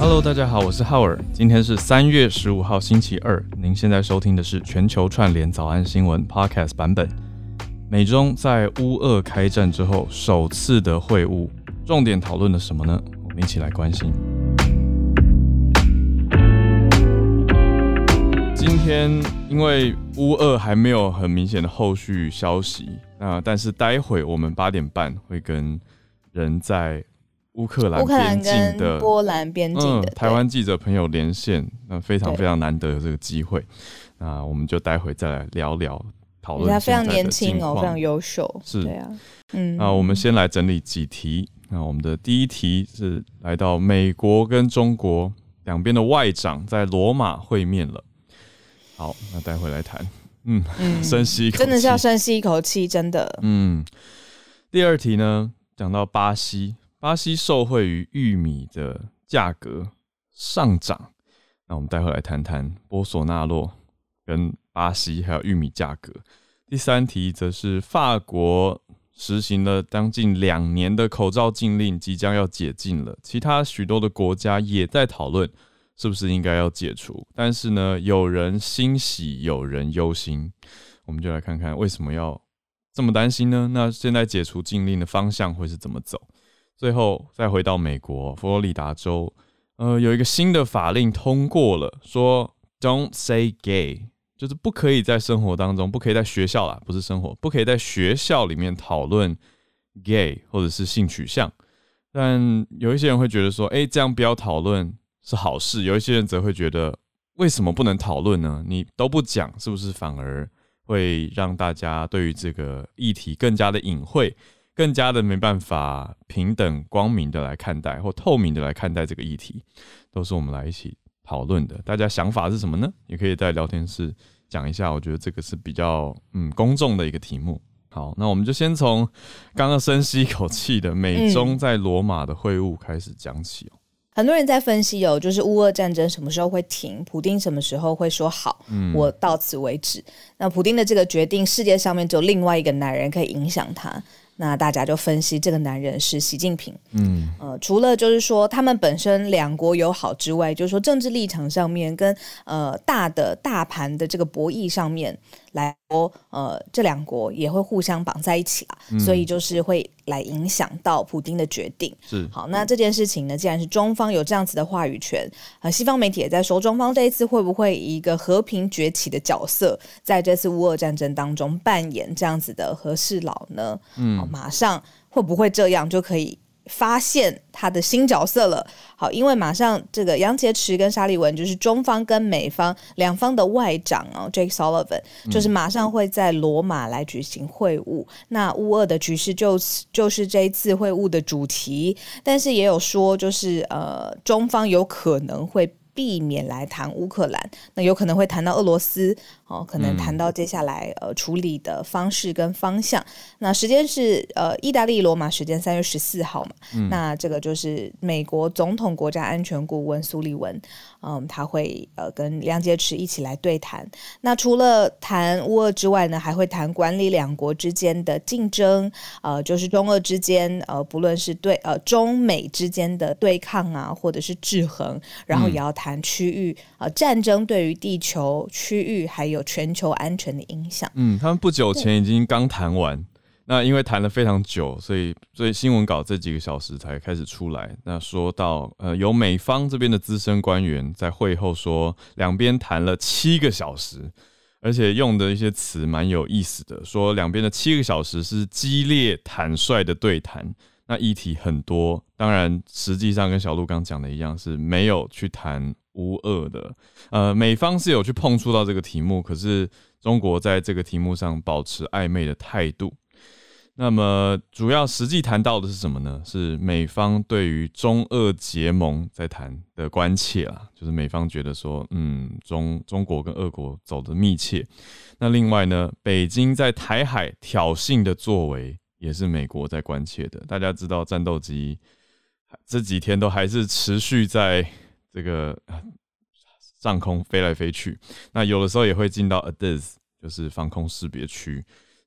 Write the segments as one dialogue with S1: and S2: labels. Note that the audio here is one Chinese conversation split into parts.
S1: Hello， 大家好，我是浩尔。今天是3月15号星期二，您现在收听的是全球串联早安新闻 Podcast 版本。美中在乌俄开战之后首次的会晤，重点讨论了什么呢？我们一起来关心。今天因为乌俄还没有很明显的后续消息，但是待会我们8点半会跟人在乌克兰边境的
S2: 跟波兰边境的、
S1: 台湾记者朋友连线，那非常非常难得有这个机会，那我们就待会再来聊聊讨论现在的近况。
S2: 他非常年轻哦，非常优秀，
S1: 是，
S2: 对啊，
S1: 那我们先来整理几题。那我们的第一题是来到美国跟中国两边的外长在罗马会面了。好，那待会来谈。深吸一口气，
S2: 真的是要深吸一口气，真的。
S1: 第二题呢，讲到巴西受惠于玉米的价格上涨，那我们待会来谈谈波索纳洛跟巴西还有玉米价格。第三题则是法国实行了将近2年的口罩禁令即将要解禁了，其他许多的国家也在讨论是不是应该要解除，但是呢，有人欣喜，有人忧心，我们就来看看为什么要这么担心呢？那现在解除禁令的方向会是怎么走？最后再回到美国佛罗里达州，有一个新的法令通过了，说 Don't say gay， 就是不可以在生活当中，不可以在学校啦，不是生活，不可以在学校里面讨论 gay 或者是性取向。但有一些人会觉得说，这样不要讨论是好事，有一些人则会觉得，为什么不能讨论呢？你都不讲，是不是反而会让大家对于这个议题更加的隐晦，更加的没办法平等光明的来看待，或透明的来看待这个议题，都是我们来一起讨论的。大家想法是什么呢？也可以在聊天室讲一下，我觉得这个是比较公众的一个题目。好，那我们就先从刚刚深吸一口气的美中在罗马的会晤开始讲起哦。
S2: 很多人在分析就是乌俄战争什么时候会停，普丁什么时候会说好，我到此为止。那普丁的这个决定，世界上面只有另外一个男人可以影响他，那大家就分析这个男人是习近平。除了就是说他们本身两国友好之外，就是说政治立场上面跟大盘的这个博弈上面来说，这两国也会互相绑在一起啦，所以就是会来影响到普丁的决定。
S1: 是，
S2: 好，那这件事情呢，既然是中方有这样子的话语权，西方媒体也在说，中方这一次会不会以一个和平崛起的角色，在这次乌俄战争当中扮演这样子的和事佬呢？马上会不会这样就可以发现他的新角色了？好，因为马上这个杨洁篪跟沙利文，就是中方跟美方两方的外长Jake Sullivan， 就是马上会在罗马来举行会晤。那乌俄的局势就是这一次会晤的主题，但是也有说，就是中方有可能会避免来谈乌克兰，那有可能会谈到俄罗斯，可能谈到接下来处理的方式跟方向。那时间是意大利罗马时间3月14号嘛，那这个就是美国总统国家安全顾问苏利文，他会跟杨洁篪一起来对谈。那除了谈乌俄之外呢，还会谈管理两国之间的竞争，就是中俄之间不论是中美之间的对抗啊，或者是制衡，然后也要谈区域战争对于地球区域还有全球安全的影响。
S1: 他们不久前已经刚谈完，那因为谈了非常久，所以新闻稿这几个小时才开始出来。那说到有美方这边的资深官员在会后说，两边谈了7个小时，而且用的一些词蛮有意思的，说两边的7个小时是激烈坦率的对谈。那议题很多，当然实际上跟小鹿刚讲的一样，是没有去谈乌俄的。美方是有去碰触到这个题目，可是中国在这个题目上保持暧昧的态度。那么主要实际谈到的是什么呢？是美方对于中俄结盟在谈的关切啦，就是美方觉得说，中国跟俄国走得密切。那另外呢，北京在台海挑衅的作为，也是美国在关切的。大家知道战斗机这几天都还是持续在这个上空飞来飞去，那有的时候也会进到 ADIZ， 就是防空识别区，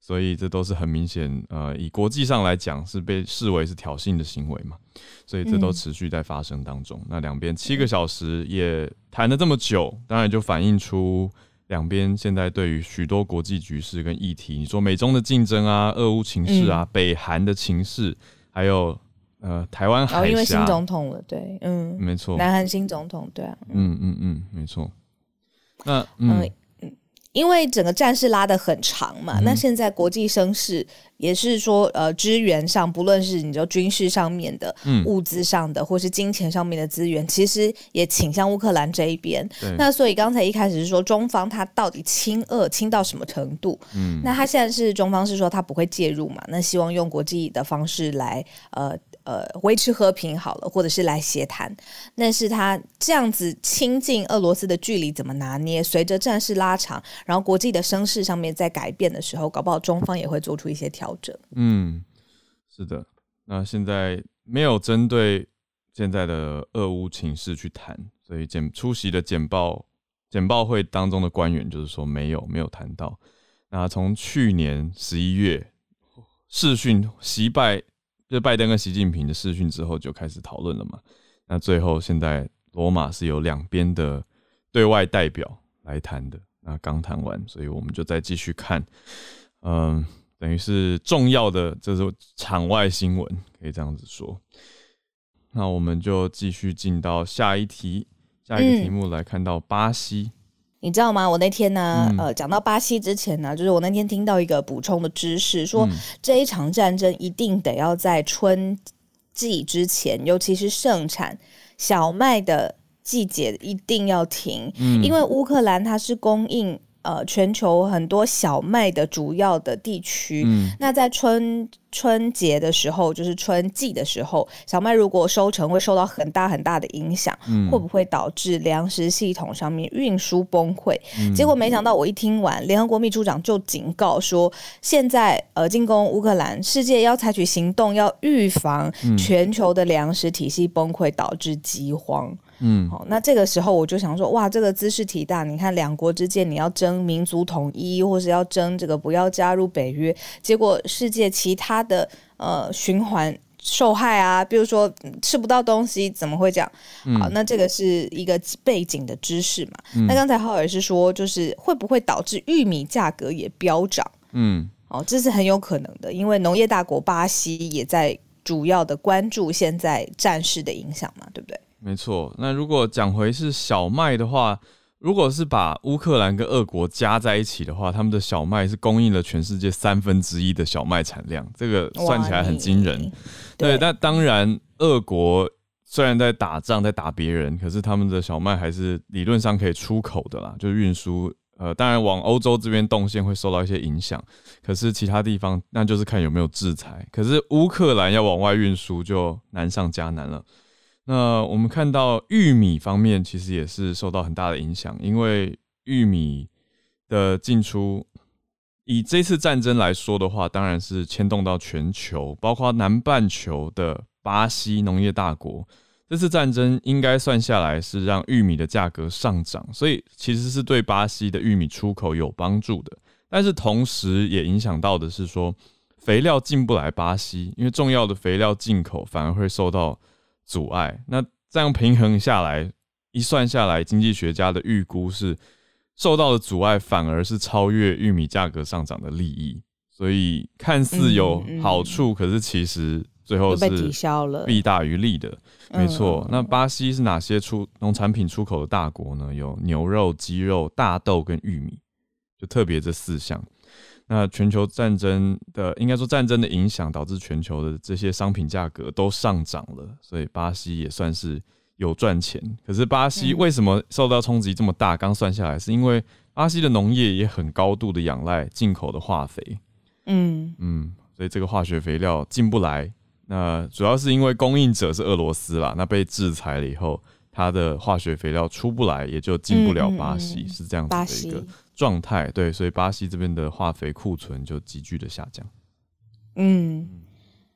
S1: 所以这都是很明显，以国际上来讲是被视为是挑衅的行为嘛，所以这都持续在发生当中。那两边7个小时也谈了这么久，当然就反映出两边现在对于许多国际局势跟议题，你说美中的竞争啊、俄乌情势啊、北韩的情势，还有台湾海峡，
S2: 因为新总统了，对，
S1: 没错，
S2: 南韩新总统，对啊，
S1: 没错。那
S2: 因为整个战事拉得很长嘛，那现在国际声势也是说，支援上，不论是你说军事上面的、物资上的，或是金钱上面的资源，其实也倾向乌克兰这一边。那所以刚才一开始是说中方他到底亲俄亲到什么程度？那他现在是中方是说他不会介入嘛，那希望用国际的方式来维持和平好了，或者是来协谈。但是他这样子亲近俄罗斯的距离怎么拿捏？随着战事拉长，然后国际的声势上面在改变的时候，搞不好中方也会做出一些调整。
S1: 是的。那现在没有针对现在的俄乌情势去谈，所以出席的简报会当中的官员就是说没有谈到。那从去年11月视讯就拜登跟习近平的视讯之后就开始讨论了嘛。那最后现在罗马是由两边的对外代表来谈的，那刚谈完，所以我们就再继续看，等于是重要的这是场外新闻，可以这样子说。那我们就继续进到下一个题目来看到巴西。
S2: 你知道吗？我那天呢，讲到巴西之前呢，就是我那天听到一个补充的知识，说这一场战争一定得要在春季之前，尤其是盛产小麦的季节一定要停，因为乌克兰它是供应全球很多小麦的主要的地区，那在春节的时候，就是春季的时候，小麦如果收成会受到很大很大的影响，会不会导致粮食系统上面运输崩溃？结果没想到我一听完，联合国秘书长就警告说，现在进攻乌克兰，世界要采取行动，要预防全球的粮食体系崩溃，导致饥荒。好，那这个时候我就想说，哇，这个兹事体大，你看两国之间你要争民族统一，或是要争这个不要加入北约，结果世界其他的循环受害啊，比如说吃不到东西，怎么会这样？好，那这个是一个背景的知识嘛。那刚才浩尔是说，就是会不会导致玉米价格也飙涨？这是很有可能的，因为农业大国巴西也在主要的关注现在战事的影响嘛，对不对？
S1: 没错。那如果讲回是小麦的话，如果是把乌克兰跟俄国加在一起的话，他们的小麦是供应了全世界1/3的小麦产量，这个算起来很惊人。对，但当然俄国虽然在打仗在打别人，可是他们的小麦还是理论上可以出口的啦，就是运输。当然往欧洲这边动线会受到一些影响，可是其他地方那就是看有没有制裁。可是乌克兰要往外运输就难上加难了。那我们看到玉米方面其实也是受到很大的影响，因为玉米的进出，以这次战争来说的话，当然是牵动到全球，包括南半球的巴西农业大国。这次战争应该算下来是让玉米的价格上涨，所以其实是对巴西的玉米出口有帮助的。但是同时也影响到的是说，肥料进不来巴西，因为重要的肥料进口反而会受到阻碍。那这样平衡下来，一算下来，经济学家的预估是受到的阻碍反而是超越玉米价格上涨的利益，所以看似有好处，可是其实最后是弊大于利的。没错。那巴西是哪些农产品出口的大国呢？有牛肉、鸡肉、大豆跟玉米，就特别这4项。那全球战争的，应该说战争的影响导致全球的这些商品价格都上涨了，所以巴西也算是有赚钱。可是巴西为什么受到冲击这么大？刚算下来是因为巴西的农业也很高度的仰赖进口的化肥，所以这个化学肥料进不来。那主要是因为供应者是俄罗斯啦，那被制裁了以后，它的化学肥料出不来，也就进不了巴西，是这样子的一个状态。对，所以巴西这边的化肥库存就急剧的下降。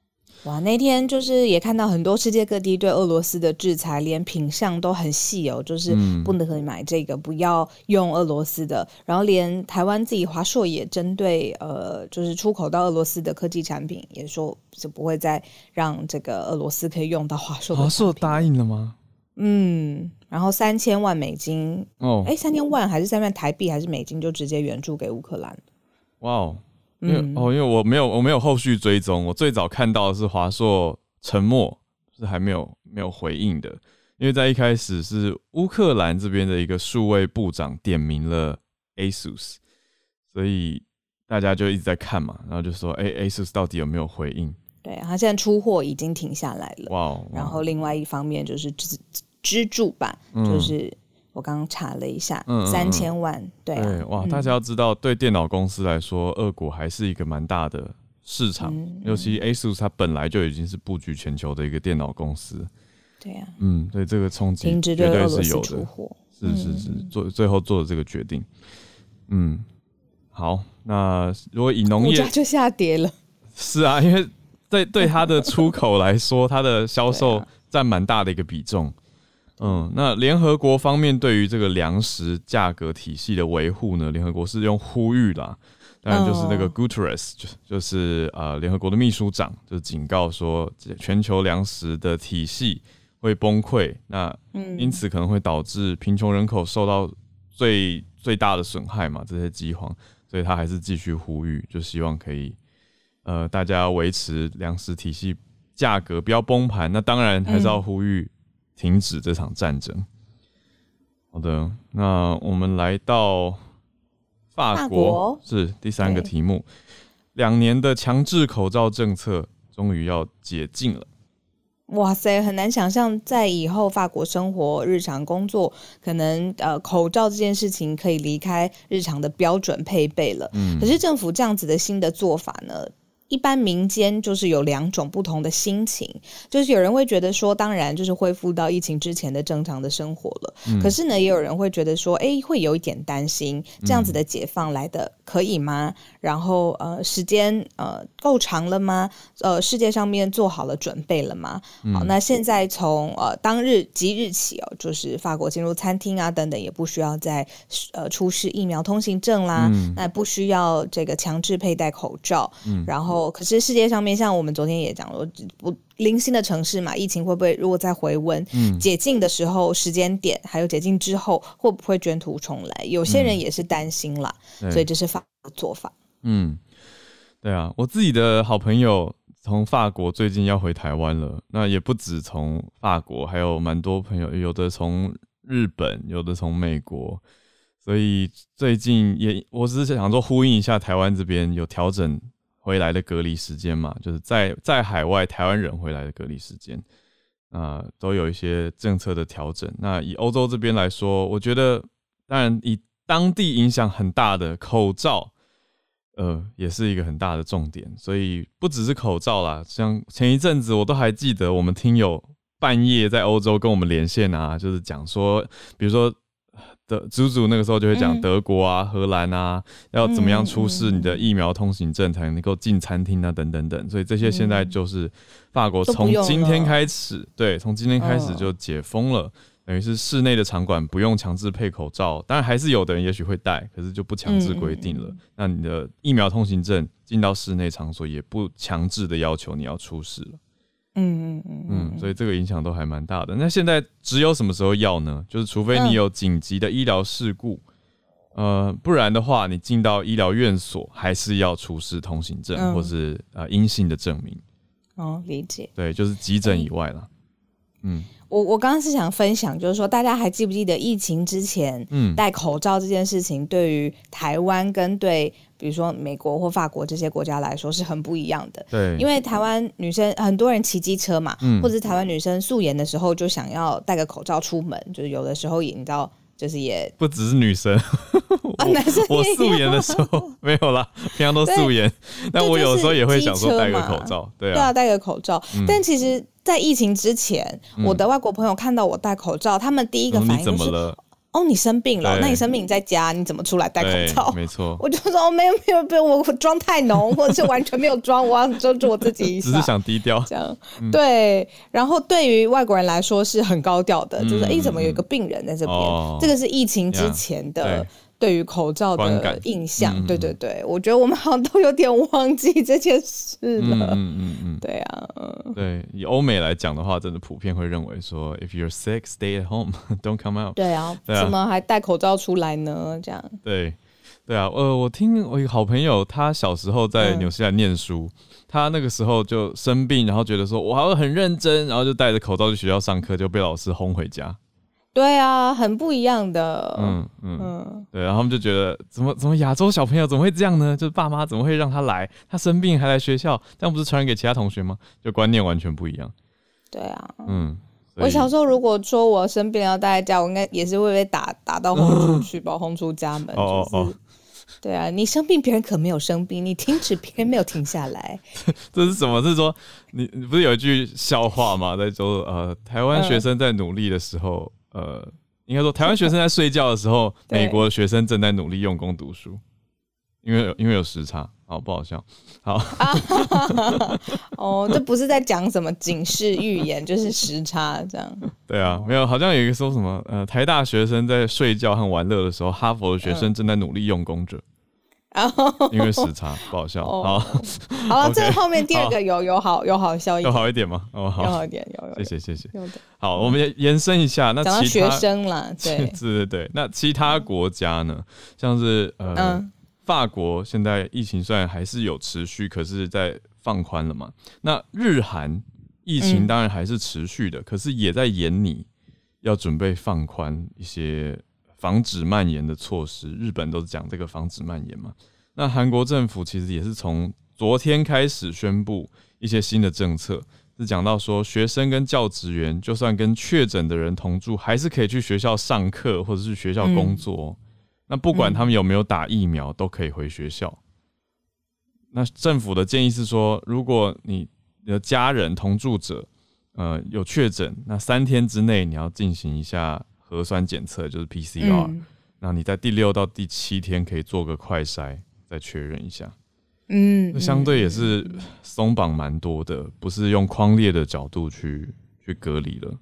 S2: 哇，那天就是也看到很多世界各地对俄罗斯的制裁，连品项都很细哦，就是不能买这个，不要用俄罗斯的。然后连台湾自己华硕也针对就是出口到俄罗斯的科技产品，也说是不会再让这个俄罗斯可以用到华硕的产品。
S1: 华硕答应了吗？
S2: 然后3000万美金，3000万还是3万台币还是美金，就直接援助给乌克兰。
S1: 哇哦！因为我没有后续追踪，我最早看到的是华硕沉默，是还没有回应的。因为在一开始是乌克兰这边的一个数位部长点名了 ASUS， 所以大家就一直在看嘛，然后就说ASUS 到底有没有回应？
S2: 对，他现在出货已经停下来了。
S1: 哇！
S2: 然后另外一方面就是支柱吧，就是我刚刚查了一下，3000万，对啊，
S1: 哇！大家要知道，对电脑公司来说，俄国还是一个蛮大的市场，尤其 ASUS 它本来就已经是布局全球的一个电脑公司，
S2: 对啊，
S1: 所以这个冲击
S2: 停止对俄罗斯出货，
S1: 是最后做的这个决定，好，那如果以农业，
S2: 股价就下跌了，
S1: 是啊，因为对它的出口来说，它的销售占蛮大的一个比重。那联合国方面对于这个粮食价格体系的维护呢，联合国是用呼吁啦，当然就是那个 Guterres，就是联合国的秘书长，就是警告说全球粮食的体系会崩溃，那因此可能会导致贫穷人口受到最大的损害嘛，这些饥荒，所以他还是继续呼吁，就希望可以大家要维持粮食体系价格不要崩盘，那当然还是要呼吁停止这场战争。好的，那我们来到法国是第3个题目，2年的强制口罩政策终于要解禁了。
S2: 哇塞，很难想象在以后法国生活、日常工作，可能口罩这件事情可以离开日常的标准配备了。可是政府这样子的新的做法呢？一般民间就是有2种不同的心情，就是有人会觉得说，当然就是恢复到疫情之前的正常的生活了。可是呢，也有人会觉得说，会有一点担心，这样子的解放来的可以吗？然后时间够长了吗？世界上面做好了准备了吗？好，那现在从当日即日起就是法国进入餐厅啊等等，也不需要再出示疫苗通行证啦，那不需要这个强制佩戴口罩，然后。可是世界上面，像我们昨天也讲了，零星的城市嘛，疫情会不会如果再回温，解禁的时候时间点，还有解禁之后会不会卷土重来？有些人也是担心啦，所以这是法国的做法。
S1: 对啊，我自己的好朋友从法国最近要回台湾了，那也不止从法国，还有蛮多朋友，有的从日本，有的从美国。所以最近我只是想说呼应一下台湾这边有调整回来的隔离时间嘛，就是在海外台湾人回来的隔离时间，都有一些政策的调整。那以欧洲这边来说，我觉得当然以当地影响很大的口罩，也是一个很大的重点。所以不只是口罩啦，像前一阵子我都还记得我们听友半夜在欧洲跟我们连线啊，就是讲说，比如说祖那个时候就会讲德国啊、荷兰啊，要怎么样出示你的疫苗通行证才能够进餐厅啊，等等等。所以这些现在就是法国从今天开始，对，从今天开始就解封了，等于是室内的场馆不用强制配口罩，当然还是有的人也许会戴，可是就不强制规定了。那你的疫苗通行证进到室内场所也不强制的要求你要出示了。所以这个影响都还蛮大的。那现在只有什么时候要呢？就是除非你有紧急的医疗事故，不然的话，你进到医疗院所还是要出示通行证或是阴性的证明。
S2: 理解。对，
S1: 就是急诊以外啦。
S2: 我刚刚是想分享，就是说大家还记不记得疫情之前，戴口罩这件事情对于台湾跟对比如说美国或法国这些国家来说是很不一样的。
S1: 对，
S2: 因为台湾女生很多人骑机车嘛，或者是台湾女生素颜的时候就想要戴个口罩出门，就是有的时候也你知道。就是也
S1: 不只是女生，我素颜的时候没有啦，平常都素颜，但我有时候也会想说戴个口罩，对啊，
S2: 戴个口罩。但其实，在疫情之前，我的外国朋友看到我戴口罩，他们第一个反应就是： 哦，你生病了，那你生病你在家，你怎么出来戴口罩？
S1: 没错，
S2: 我就说哦，没有，我妆太浓，或者是完全没有妆，我要遮住我自己一下，
S1: 只是想低调
S2: 这样。对，然后对于外国人来说是很高调的，就是怎么有一个病人在这边？这个是疫情之前的。对于口罩的印象，对对对，我觉得我们好像都有点忘记这件事了。对啊，
S1: 对，以欧美来讲的话，真的普遍会认为说 ，if you're sick, stay at home, don't come out。
S2: 对啊，怎么还戴口罩出来呢？这样。
S1: 对啊，我听我一个好朋友，他小时候在纽西兰念书，他那个时候就生病，然后觉得说我还会很认真，然后就戴着口罩去学校上课，就被老师轰回家。
S2: 对啊，很不一样的。
S1: 对，然后他们就觉得怎么亚洲小朋友怎么会这样呢？就是爸妈怎么会让他来？他生病还来学校，这样不是传染给其他同学吗？就观念完全不一样。
S2: 对啊，我小时候如果说我生病要待在家，我应该也是会被打到轰出去，把我轰出家门。对啊，你生病，别人可没有生病；你停止，别人没有停下来。
S1: 这是什么？是说你不是有一句笑话吗？在说台湾学生在努力的时候。应该说，台湾学生在睡觉的时候，美国的学生正在努力用功读书，因为有时差，好不好笑？好
S2: 哦，这不是在讲什么警示预言，就是时差这样。
S1: 对啊，没有，好像有一个说什么台大学生在睡觉和玩乐的时候，哈佛的学生正在努力用功着。因为时差不好笑。好
S2: 了，这后面第二个有好笑一点，
S1: 有好一点吗？好，
S2: 有好一点，有。
S1: 谢谢。好，我们延伸一下，那
S2: 讲到学生啦，
S1: 对。那其他国家呢？像是法国现在疫情虽然还是有持续，可是在放宽了嘛。那日韩疫情当然还是持续的，可是也在研拟要准备放宽一些。防止蔓延的措施，日本都是讲这个防止蔓延嘛。那韩国政府其实也是从昨天开始宣布一些新的政策，是讲到说学生跟教职员就算跟确诊的人同住，还是可以去学校上课或者是学校工作。那不管他们有没有打疫苗，都可以回学校。那政府的建议是说，如果你的家人同住者有确诊，那3天之内你要进行一下。核酸检测就是 PCR，那你在第6到第7天可以做个快筛，再确认一下。那相对也是松绑蛮多的，不是用匡列的角度去隔离了。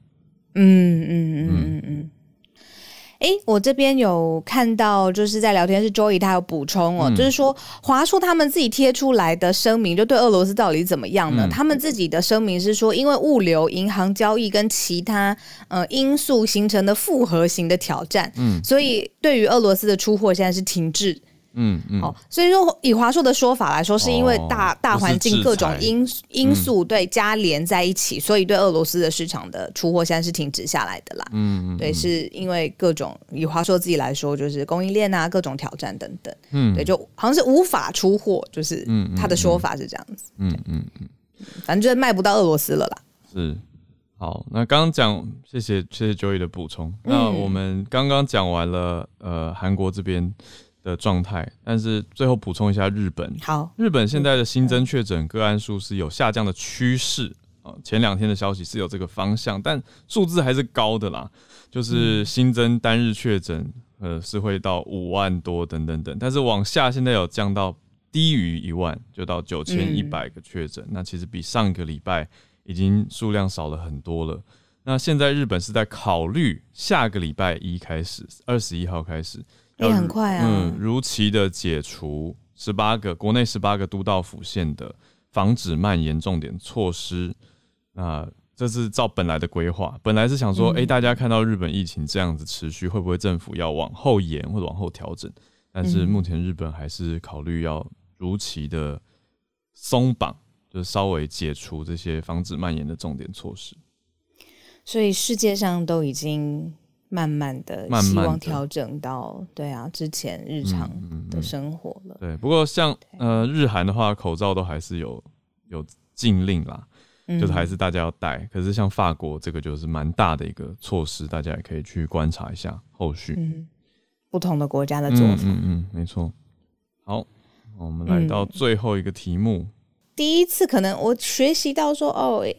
S2: 我这边有看到，就是在聊天室 Joey 他有补充就是说华硕他们自己贴出来的声明，就对俄罗斯到底怎么样呢？他们自己的声明是说，因为物流、银行交易跟其他因素形成的复合型的挑战，所以对于俄罗斯的出货现在是停滞。所以说以华硕的说法来说，是因为大环境各种因素对加连在一起，所以对俄罗斯的市场的出货现在是停止下来的啦。对，是因为各种以华硕自己来说，就是供应链啊各种挑战等等。对，就好像是无法出货，就是他的说法是这样子。反正就是卖不到俄罗斯了啦。
S1: 是。好，那刚刚讲，谢谢 Joey 的补充。那我们刚刚讲完了韩国这边的状态，但是最后补充一下日本。
S2: 好，
S1: 日本现在的新增确诊个案数是有下降的趋势，前2天的消息是有这个方向，但数字还是高的啦，就是新增单日确诊是会到5万多等等等，但是往下现在有降到低于1万，就到9100个确诊，那其实比上个礼拜已经数量少了很多了。那现在日本是在考虑下个礼拜1开始，21号开始。
S2: 也很快啊，
S1: 如期的解除国内18个都道府县的防止蔓延重点措施。那这是照本来的规划，本来是想说，大家看到日本疫情这样子持续，会不会政府要往后延或者往后调整？但是目前日本还是考虑要如期的松绑，就是稍微解除这些防止蔓延的重点措施。
S2: 所以世界上都已经慢慢的希望调整到之前日常的生活了。
S1: 对，不过像日韩的话，口罩都还是有禁令啦，就是还是大家要戴。可是像法国这个就是蛮大的一个措施，大家也可以去观察一下后续
S2: 不同的国家的做法。
S1: 没错。好，我们来到最后一个题目。
S2: 第一次可能我学习到说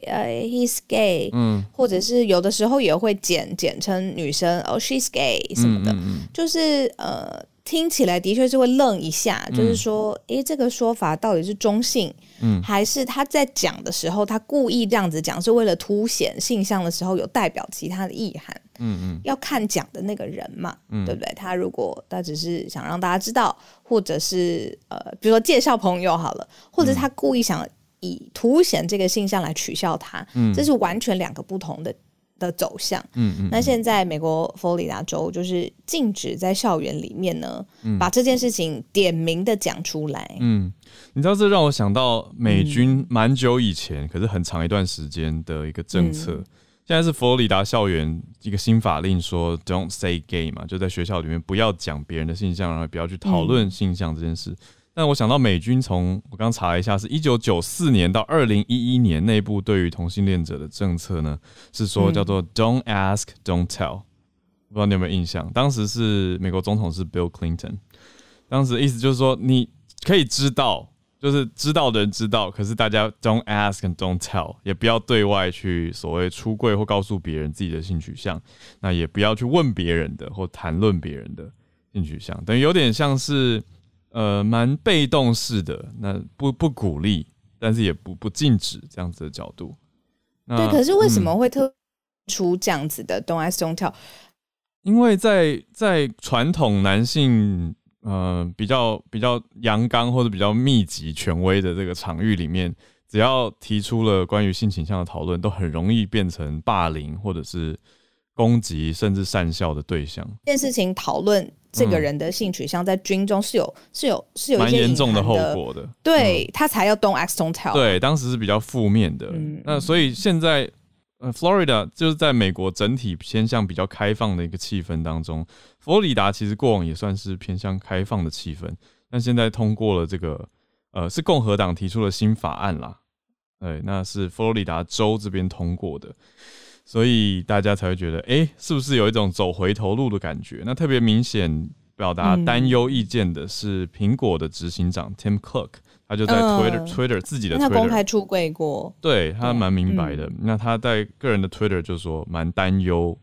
S2: he's gay，或者是有的时候也会简称女生she's gay 什么的，就是听起来的确是会愣一下，就是说这个说法到底是中性，还是他在讲的时候他故意这样子讲是为了凸显性向的时候有代表其他的意涵，要看讲的那个人嘛，对不对？他如果他只是想让大家知道，或者是比如说介绍朋友好了，或者他故意想以凸显这个性向来取笑他，这是完全两个不同的走向。那现在美国佛罗里达州就是禁止在校园里面呢，把这件事情点名的讲出来。
S1: 你知道这让我想到美军蛮久以前，可是很长一段时间的一个政策。现在是佛罗里达校园一个新法令说 "Don't say gay" 嘛，就在学校里面不要讲别人的性向，然后不要去讨论性向这件事。但我想到美军从我刚查了一下，是1994年到2011年内部对于同性恋者的政策呢，是说叫做 "Don't ask, don't tell"。不知道你有没有印象？当时是美国总统是 Bill Clinton， 当时意思就是说你可以知道。就是知道的人知道，可是大家 don't ask and don't tell， 也不要对外去所谓出柜或告诉别人自己的性取向，那也不要去问别人的或谈论别人的性取向，等于有点像是蛮被动式的，那不鼓励，但是也不禁止这样子的角度。
S2: 对，可是为什么会特出这样子的 don't ask don't tell？
S1: 因为在传统男性。比较阳刚或者比较密集权威的这个场域里面，只要提出了关于性倾向的讨论，都很容易变成霸凌或者是攻击甚至讪笑的对象。这
S2: 件事情讨论这个人的性取向，在军中是有一些
S1: 蛮严重的后果的，
S2: 对，他才要 don't ask don't tell。
S1: 对，当时是比较负面的。那所以现在。Florida 就是在美国整体偏向比较开放的一个气氛当中，佛罗里达其实过往也算是偏向开放的气氛，但现在通过了这个是共和党提出了新法案啦，那是佛罗里达州这边通过的，所以大家才会觉得是不是有一种走回头路的感觉？那特别明显表达担忧意见的是苹果的执行长 Tim Cook。他就在 Twitter 自己的 Twitter，
S2: 他公开出柜过，
S1: 对他蛮明白的。那他在个人的 Twitter 就说蛮担忧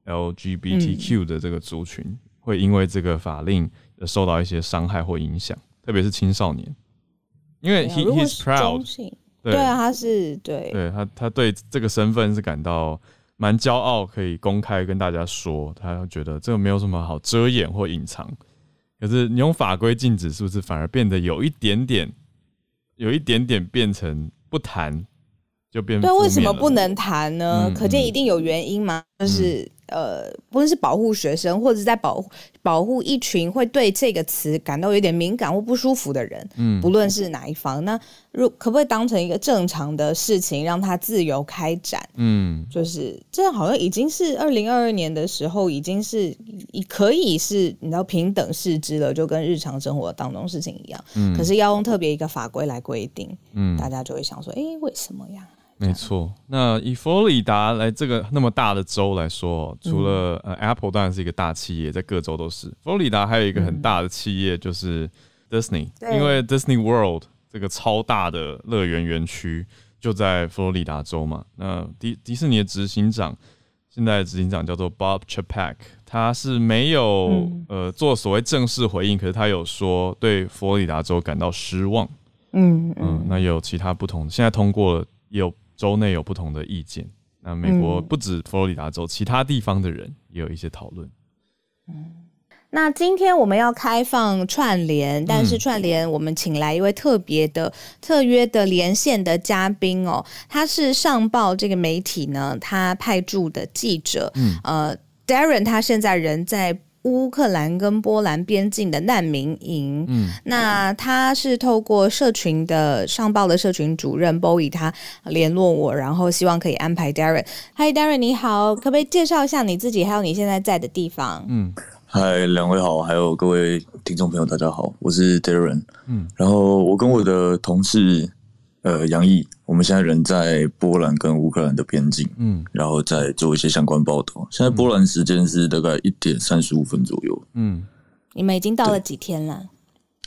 S1: LGBTQ 的这个族群会因为这个法令受到一些伤害或影响，特别是青少年。因为 he's proud，
S2: 对啊，他是对
S1: 他对这个身份是感到蛮骄傲，可以公开跟大家说，他觉得这个没有什么好遮掩或隐藏。可是你用法规禁止，是不是反而变得有一点点变成不谈就变负面了？
S2: 对，为什么不能谈呢？可见一定有原因嘛，就是不论是保护学生，或者是在保护一群会对这个词感到有点敏感或不舒服的人，不论是哪一方，那可不可以当成一个正常的事情，让它自由开展？就是这好像已经是2022年的时候，已经是可以是你知道平等视之了，就跟日常生活当中事情一样。可是要用特别一个法规来规定，大家就会想说，为什么呀？
S1: 没错，那以佛罗里达来这个那么大的州来说，除了Apple 当然是一个大企业，在各州都是。佛罗里达还有一个很大的企业就是 Disney， 因为 Disney World 这个超大的乐园园区就在佛罗里达州嘛。那迪士尼的执行长，现在的执行长叫做 Bob Chapek， 他是没有做所谓正式回应，可是他有说对佛罗里达州感到失望。那有其他不同，现在通过了，也有州内有不同的意见。那美国不止佛罗里达州，其他地方的人也有一些讨论。
S2: 那今天我们要开放串联，但是串联我们请来一位特约的连线的嘉宾哦，他是上报这个媒体呢，他派驻的记者。Darren 他现在人在乌克兰跟波兰边境的难民营，那他是透过社群的上报的社群主任 Bowie 他联络我，然后希望可以安排 Darren。 Hi Darren 你好，可不可以介绍一下你自己还有你现在在的地方？
S3: 嗨，两位好，还有各位听众朋友大家好，我是 Darren。然后我跟我的同事杨毅，我们现在人在波兰跟乌克兰的边境，然后再做一些相关报道。现在波兰时间是大概1点35分左右。
S2: 你们已经到了几天了？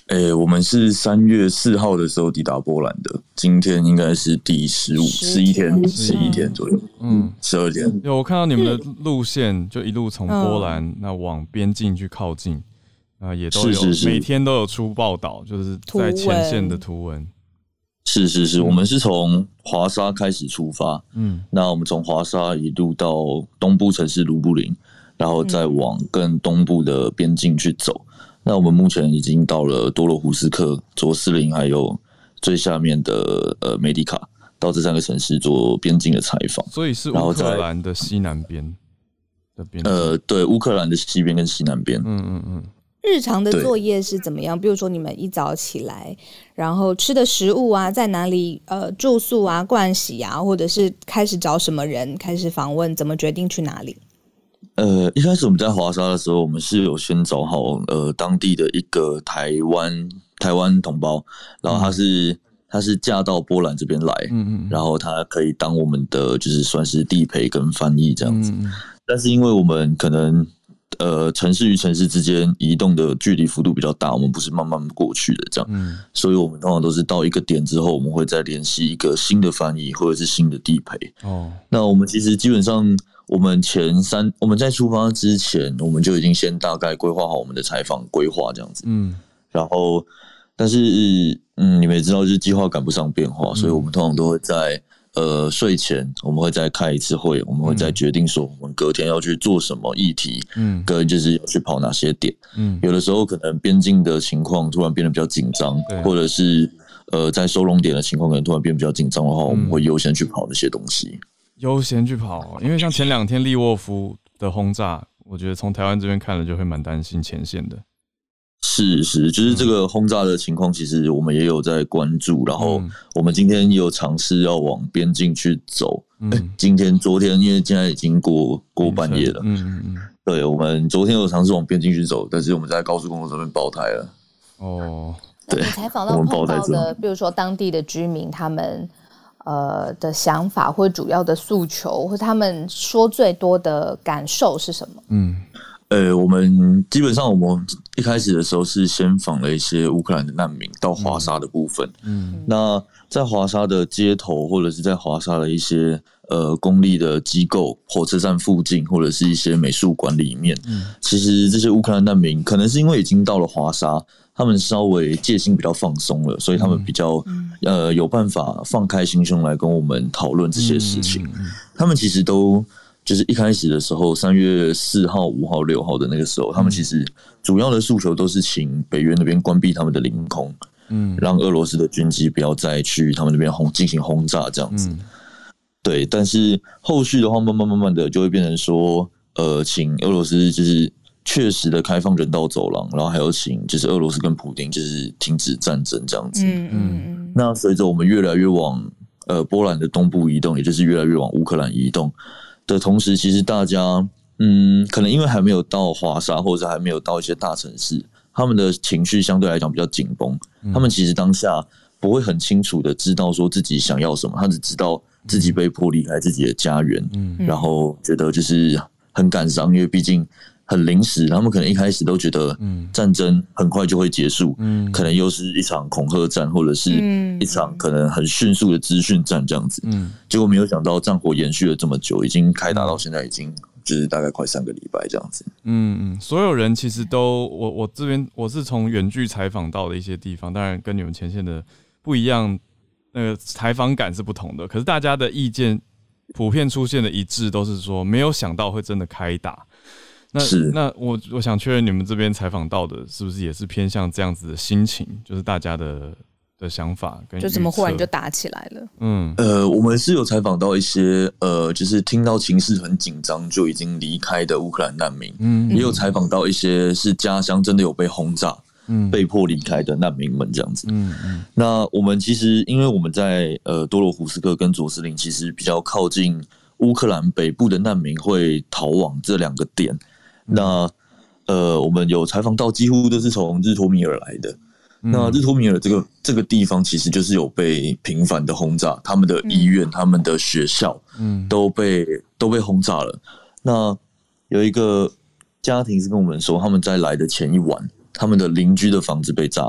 S3: 我们是3月4号的时候抵达波兰的，今天应该是第11天左右，12天。
S1: 有我看到你们的路线，就一路从波兰那往边境去靠近，也都有每天都有出报道，就是在前线的图文。
S3: 是，我们是从华沙开始出发，那我们从华沙一路到东部城市卢布林，然后再往更东部的边境去走。那我们目前已经到了多罗胡斯克、卓斯林，还有最下面的梅迪卡，到这3个城市做边境的采访。
S1: 所以是乌克兰的西南边的边境。
S3: 对，乌克兰的西边跟西南边。
S2: 日常的作业是怎么样？比如说你们一早起来，然后吃的食物啊，在哪里住宿啊、盥洗啊，或者是开始找什么人开始访问，怎么决定去哪里？
S3: 一开始我们在华沙的时候，我们是有先找好当地的一个台湾同胞，然后他是嫁到波兰这边来，然后他可以当我们的就是算是地陪跟翻译这样子。但是因为我们可能城市与城市之间移动的距离幅度比较大，我们不是慢慢过去的这样，所以我们通常都是到一个点之后，我们会再联系一个新的翻译或者是新的地陪。那我们其实基本上，我们在出发之前，我们就已经先大概规划好我们的采访规划这样子。然后，但是你们也知道，就是计划赶不上变化，所以我们通常都会在睡前我们会再开一次会，我们会再决定说我们隔天要去做什么议题，跟就是要去跑哪些点。有的时候可能边境的情况突然变得比较紧张，或者是在收容点的情况可能突然变得比较紧张的话，我们会优先去跑那些东西。
S1: 优先去跑，因为像前2天利沃夫的轰炸，我觉得从台湾这边看了就会蛮担心前线的。
S3: 是，就是这个轰炸的情况，其实我们也有在关注。然后我们今天也有尝试要往边境去走。昨天因为现在已经过半夜了。对，我们昨天有尝试往边境去走，但是我们在高速公路上面爆胎了。
S2: 对，你采访到碰到的，比如说当地的居民，他们的想法或主要的诉求，或他们说最多的感受是什么？
S3: 我们基本上我们一开始的时候是先访了一些乌克兰的难民到华沙的部分。那在华沙的街头或者是在华沙的一些公立的机构、火车站附近或者是一些美术馆里面，其实这些乌克兰难民可能是因为已经到了华沙，他们稍微戒心比较放松了，所以他们比较有办法放开心胸来跟我们讨论这些事情。他们其实都就是一开始的时候，3月4号、5号、6号的那个时候，他们其实主要的诉求都是请北约那边关闭他们的领空，让俄罗斯的军机不要再去他们那边进行轰炸这样子。对，但是后续的话，慢慢的就会变成说，请俄罗斯就是确实的开放人道走廊，然后还有请就是俄罗斯跟普丁就是停止战争这样子。那随着我们越来越往波兰的东部移动，也就是越来越往乌克兰移动的同时，其实大家可能因为还没有到华沙，或者还没有到一些大城市，他们的情绪相对来讲比较紧绷。他们其实当下不会很清楚的知道说自己想要什么，他只知道自己被迫离开自己的家园，然后觉得就是很感伤，因为毕竟很临时，他们可能一开始都觉得战争很快就会结束，可能又是一场恐吓战，或者是一场可能很迅速的资讯战这样子。结果没有想到战火延续了这么久，已经开打到现在已经就是大概快3个礼拜这样子。
S1: 所有人其实都我这边我是从远距采访到的一些地方，当然跟你们前线的不一样，那个采访感是不同的，可是大家的意见普遍出现的一致都是说没有想到会真的开打。那我想确认你们这边采访到的是不是也是偏向这样子的心情，就是大家的想法跟
S2: 就怎么忽然就打起来了？
S3: 我们是有采访到一些就是听到情势很紧张就已经离开的乌克兰难民，也有采访到一些是家乡真的有被轰炸，被迫离开的难民们这样子。那我们其实因为我们在多罗胡斯克跟卓斯林其实比较靠近乌克兰北部的难民会逃往这2个点。那我们有采访到几乎都是从日托米尔来的。那日托米尔这个地方其实就是有被频繁的轰炸，他们的医院、他们的学校都被轰炸了。那有一个家庭是跟我们说，他们在来的前一晚，他们的邻居的房子被炸了，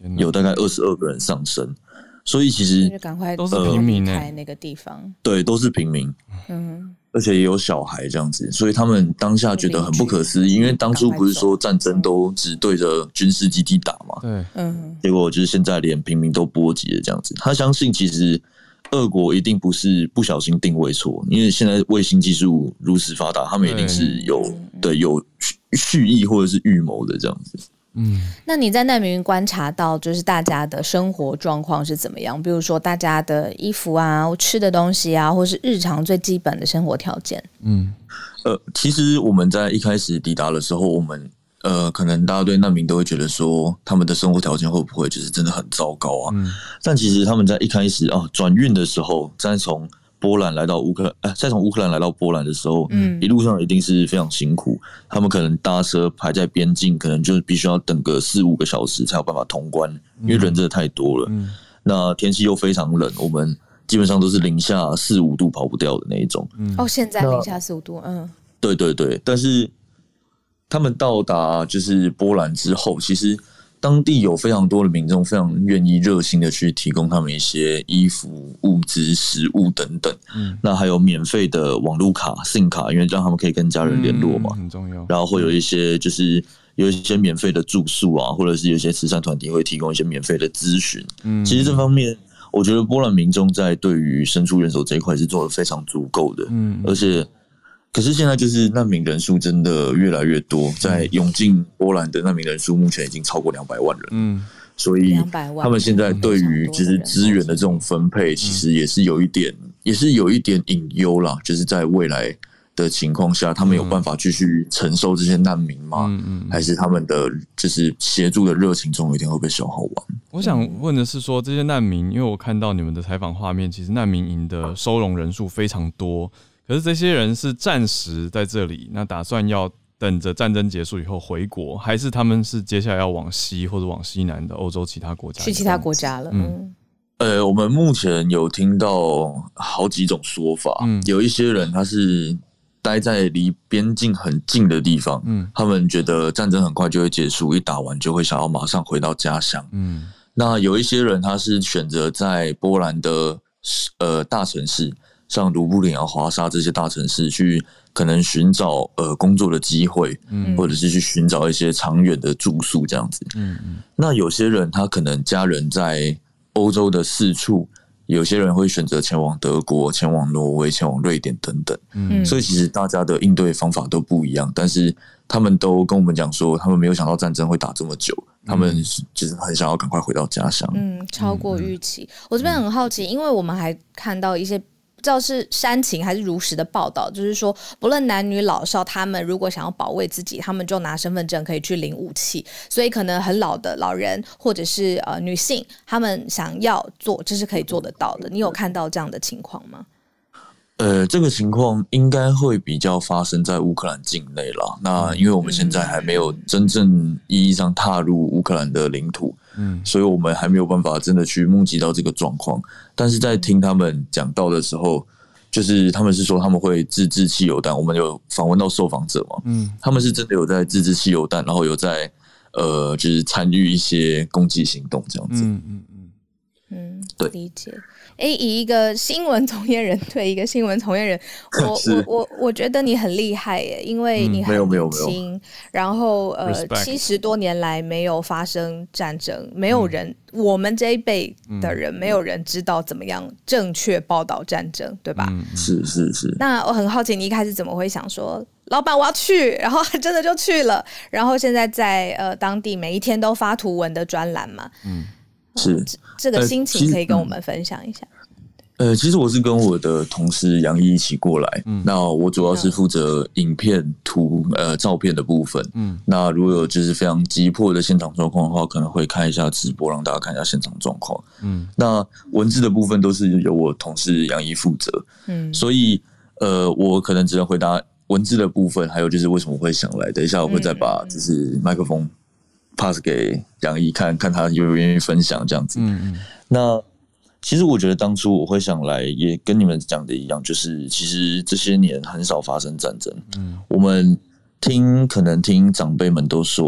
S3: 有大概22个人上升，所以其实
S2: 就赶快
S1: 都是平民
S2: 那个地方，
S3: 对，都是平民，而且也有小孩这样子，所以他们当下觉得很不可思议，因为当初不是说战争都只对着军事基地打嘛，
S1: 对，
S3: 结果就是现在连平民都波及了这样子。他相信其实俄国一定不是不小心定位错，因为现在卫星技术如此发达，他们一定是有蓄意或者是预谋的这样子。
S2: 那你在难民营观察到，就是大家的生活状况是怎么样？比如说大家的衣服啊、吃的东西啊，或是日常最基本的生活条件。
S3: 其实我们在一开始抵达的时候，我们可能大家对难民都会觉得说，他们的生活条件会不会就是真的很糟糕啊？但其实他们在一开始转运的时候，再从波兰来到乌克兰，再从乌克兰来到波兰的时候，一路上一定是非常辛苦。他们可能搭车排在边境，可能就必须要等个4-5个小时才有办法通关，因为人真的太多了。那天气又非常冷，我们基本上都是零下4-5度跑不掉的那一种。
S2: 现在零下4-5度，
S3: 对对对。但是他们到达就是波兰之后，其实当地有非常多的民众非常愿意热心的去提供他们一些衣服、物资、食物等等。那还有免费的网路卡、SIM 卡，因为让他们可以跟家人联络嘛，
S1: 很重要。
S3: 然后会有一些就是有一些免费的住宿啊，或者是有一些慈善团体会提供一些免费的咨询。其实这方面，我觉得波兰民众在对于伸出援手这一块是做得非常足够的。而且。可是现在就是难民人数真的越来越多，在涌进波兰的难民人数目前已经超过200万人，所以他们现在对于就是资源的这种分配，其实也是有一点隐忧啦。就是在未来的情况下，他们有办法继续承受这些难民吗？还是他们的就是协助的热情总有一天会被消耗完？
S1: 我想问的是说，这些难民，因为我看到你们的采访画面，其实难民营的收容人数非常多。可是这些人是暂时在这里，那打算要等着战争结束以后回国，还是他们是接下来要往西或者往西南的欧洲其他国家？
S2: 去其他国家了。
S3: 我们目前有听到好几种说法，有一些人他是待在离边境很近的地方，他们觉得战争很快就会结束，一打完就会想要马上回到家乡。那有一些人他是选择在波兰的大城市。像卢布林啊、华沙这些大城市去可能寻找工作的机会，或者是去寻找一些长远的住宿这样子。那有些人他可能家人在欧洲的四处，有些人会选择前往德国、前往挪威、前往瑞典等等。所以其实大家的应对方法都不一样，但是他们都跟我们讲说，他们没有想到战争会打这么久。他们就是很想要赶快回到家乡。
S2: 超过预期。我这边很好奇，因为我们还看到一些不知道是煽情还是如实的报道，就是说不论男女老少，他们如果想要保卫自己，他们就拿身份证可以去领武器。所以可能很老的老人或者是女性，他们想要做，这是可以做得到的。你有看到这样的情况吗？
S3: 这个情况应该会比较发生在乌克兰境内啦。那因为我们现在还没有真正意义上踏入乌克兰的领土，所以我们还没有办法真的去目击到这个状况。但是在听他们讲到的时候，就是他们是说他们会自制汽油弹。我们有访问到受访者嘛，他们是真的有在自制汽油弹，然后有在就是参与一些攻击行动这样子。对，
S2: 理解。以一个新闻从业人对一个新闻从业人，我觉得你很厉害耶，因为你很年轻，然后70多年来没有发生战争，没有人，我们这一辈的人，没有人知道怎么样正确报道战争，对吧？
S3: 是。
S2: 那我很好奇，你一开始怎么会想说，老板我要去，然后真的就去了，然后现在在当地每一天都发图文的专栏嘛？
S3: 是
S2: 这个心情可以跟我们分享一下。
S3: 其实我是跟我的同事杨毅一起过来，那我主要是负责影片、照片的部分。那如果有就是非常急迫的现场状况的话，可能会看一下直播，让大家看一下现场状况。那文字的部分都是由我同事杨毅负责。所以我可能只能回答文字的部分，还有就是为什么会想来。等一下我会再把就是麦克风 pass 给杨毅看看他愿不愿意分享这样子。那其实我觉得当初我会想来，也跟你们讲的一样，就是其实这些年很少发生战争。我们可能听长辈们都说，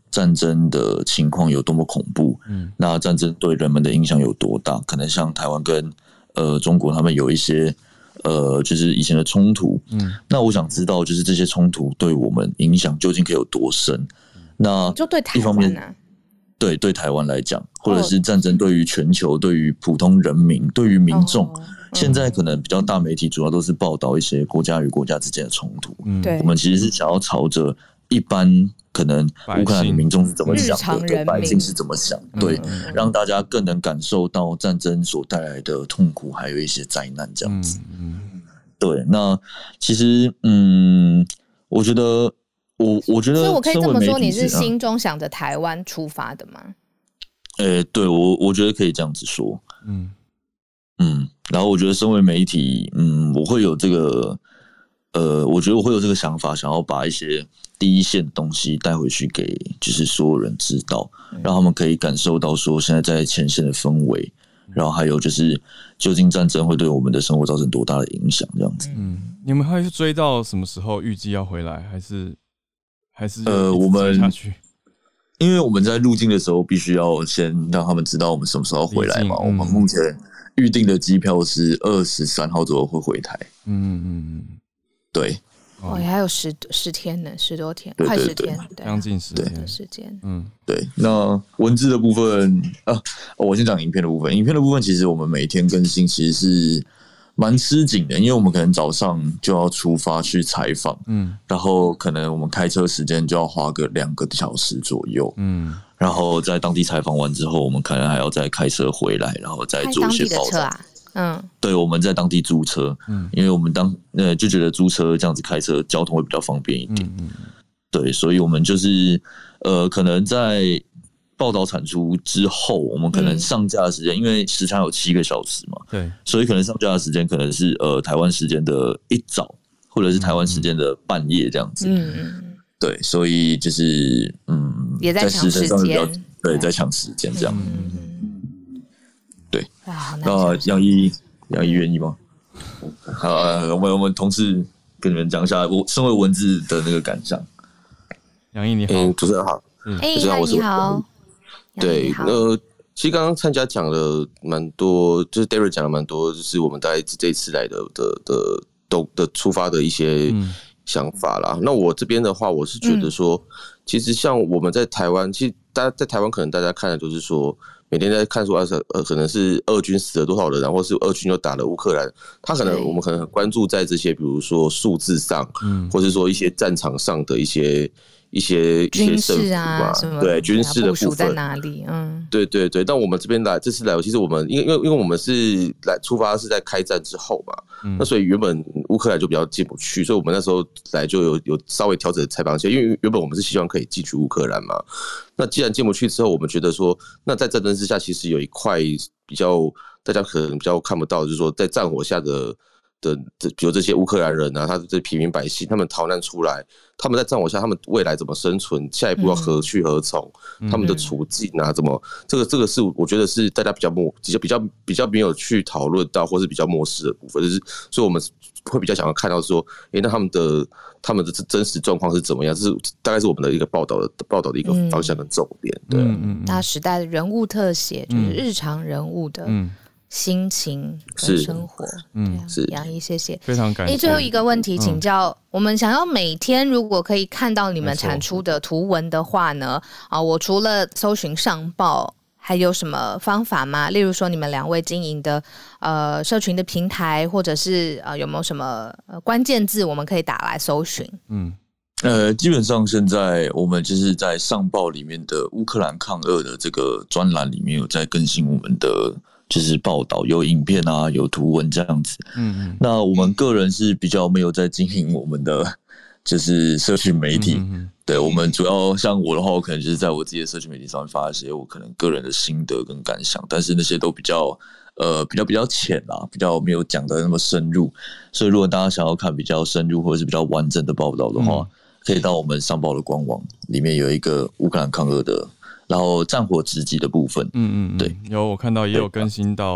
S3: 战争的情况有多么恐怖，那战争对人们的影响有多大？可能像台湾跟中国他们有一些就是以前的冲突，那我想知道就是这些冲突对我们影响究竟可以有多深？那
S2: 就对台湾啊，
S3: 对台湾来讲，或者是战争对于全球、对于普通人民、对于民众，现在可能比较大媒体主要都是报道一些国家与国家之间的冲突，我们其实是想要朝着一般可能乌克兰的民众是怎么想的，百姓是怎么想，对，让大家更能感受到战争所带来的痛苦，还有一些灾难这样子。对，那其实我觉得我觉得，
S2: 所以我可以这么说，你是心中想着台湾出发的吗？
S3: 对，我觉得可以这样子说。然后我觉得身为媒体，我会有这个，我觉得我会有这个想法，想要把一些第一线的东西带回去给就是所有人知道，让他们可以感受到说现在在前线的氛围，然后还有就是究竟战争会对我们的生活造成多大的影响，这样子。
S1: 你们会追到什么时候预计要回来，还是
S3: 我们
S1: 下去？
S3: 因为我们在入境的时候必须要先让他们知道我们什么时候回来嘛。我们目前预定的机票是23号左右会回台。对。
S2: 也还有10天呢，10多天，
S3: 对
S2: 快10天，
S1: 将近10天
S2: 的时间。
S3: 对。那文字的部分我先讲影片的部分。影片的部分其实我们每天更新其实是蛮吃紧的，因为我们可能早上就要出发去采访，然后可能我们开车时间就要花个2个小时左右，然后在当地采访完之后，我们可能还要再开车回来，然后再做一些报道。对，我们在当地租车，因为我们就觉得租车这样子开车交通会比较方便一点，对，所以我们就是可能在报道产出之后，我们可能上架的时间，因为时长有7个小时嘛，
S1: 对，
S3: 所以可能上架的时间可能是台湾时间的一早，或者是台湾时间的半夜这样子，对，所以就是
S2: 也在抢时间，
S3: 对，在抢时间这样，对，
S2: 那
S3: 杨一愿意吗？我们同事跟你们讲一下，我身为文字的那个感想。
S1: 杨一你好，
S4: 主持人好，
S2: 主持人你好。
S4: 对，其实刚刚参加讲了蛮多，就是 Derek 讲了蛮多，就是我们大概这一次来的出发的一些想法啦。那我这边的话，我是觉得说，其实像我们在台湾，其实大家在台湾可能大家看的就是说，每天在看说可能是俄军死了多少人，或是俄军又打了乌克兰，我们可能很关注在这些，比如说数字上，或是说一些战场上的一些
S2: 军事啊什么，
S4: 对，军事的部分
S2: 部署在哪里？
S4: 对。但我们这边这次来，其实我们因为我们是出发是在开战之后嘛，那所以原本乌克兰就比较进不去，所以我们那时候来就有稍微调整采访一些，因为原本我们是希望可以进去乌克兰嘛。那既然进不去之后，我们觉得说，那在战争之下，其实有一块比较大家可能比较看不到，就是说在战火下的比如这些乌克兰人啊，他的这平民百姓，他们逃难出来，他们在战火下，他们未来怎么生存，下一步要何去何从，他们的处境啊，怎么这个是我觉得是大家比较没有去讨论到，或是比较漠视的部分，就是所以我们会比较想要看到说，那他们的真实状况是怎么样，这是大概是我们的一个报道的一个方向跟重点。对，
S2: 那时代的人物特写，就是日常人物的心情跟生活，是杨一，谢谢，
S1: 非常感谢。
S2: 最后一个问题请教，我们想要每天如果可以看到你们产出的图文的话呢，我除了搜寻上报，还有什么方法吗？例如说你们2位经营的社群的平台，或者是有没有什么关键字我们可以打来搜寻？
S3: 基本上现在我们就是在上报里面的乌克兰抗俄的这个专栏里面有在更新我们的就是报道，有影片啊，有图文这样子。那我们个人是比较没有在经营我们的就是社群媒体。对，我们主要像我的话，我可能就是在我自己的社群媒体上面发一些我可能个人的心得跟感想，但是那些都比较浅啦，比较没有讲的那么深入。所以如果大家想要看比较深入或者是比较完整的报道的话，可以到我们上报的官网里面有一个乌克兰抗俄的，然后战火直击的部分。对，
S1: 有我看到也有更新到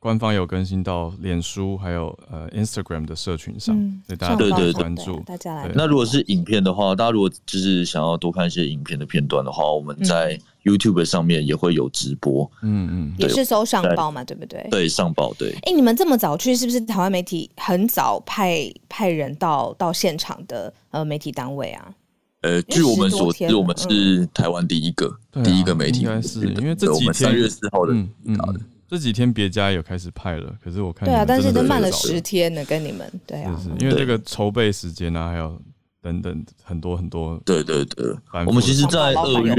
S1: 官方有更新到脸书还有Instagram 的社群上，所以大家
S3: 对对
S1: 关注。
S2: 大家来。
S3: 那如果是影片的话，大家如果就是想要多看一些影片的片段的话，我们在 YouTube 上面也会有直播。
S2: 也是搜上报嘛，对不对？
S3: 对，上报对。
S2: 你们这么早去，是不是台湾媒体很早派人到现场的媒体单位啊？
S3: 据我们所知，我们是台湾第一个媒体，
S1: 应该是因为这几天
S3: 3月4号的
S1: 这几天别家有开始派了，可是我看
S2: 对啊，但是都慢了
S1: 10
S2: 天呢，跟你们对啊，
S1: 因为这个筹备时间啊，还有等等很多，
S3: 对，我们其实在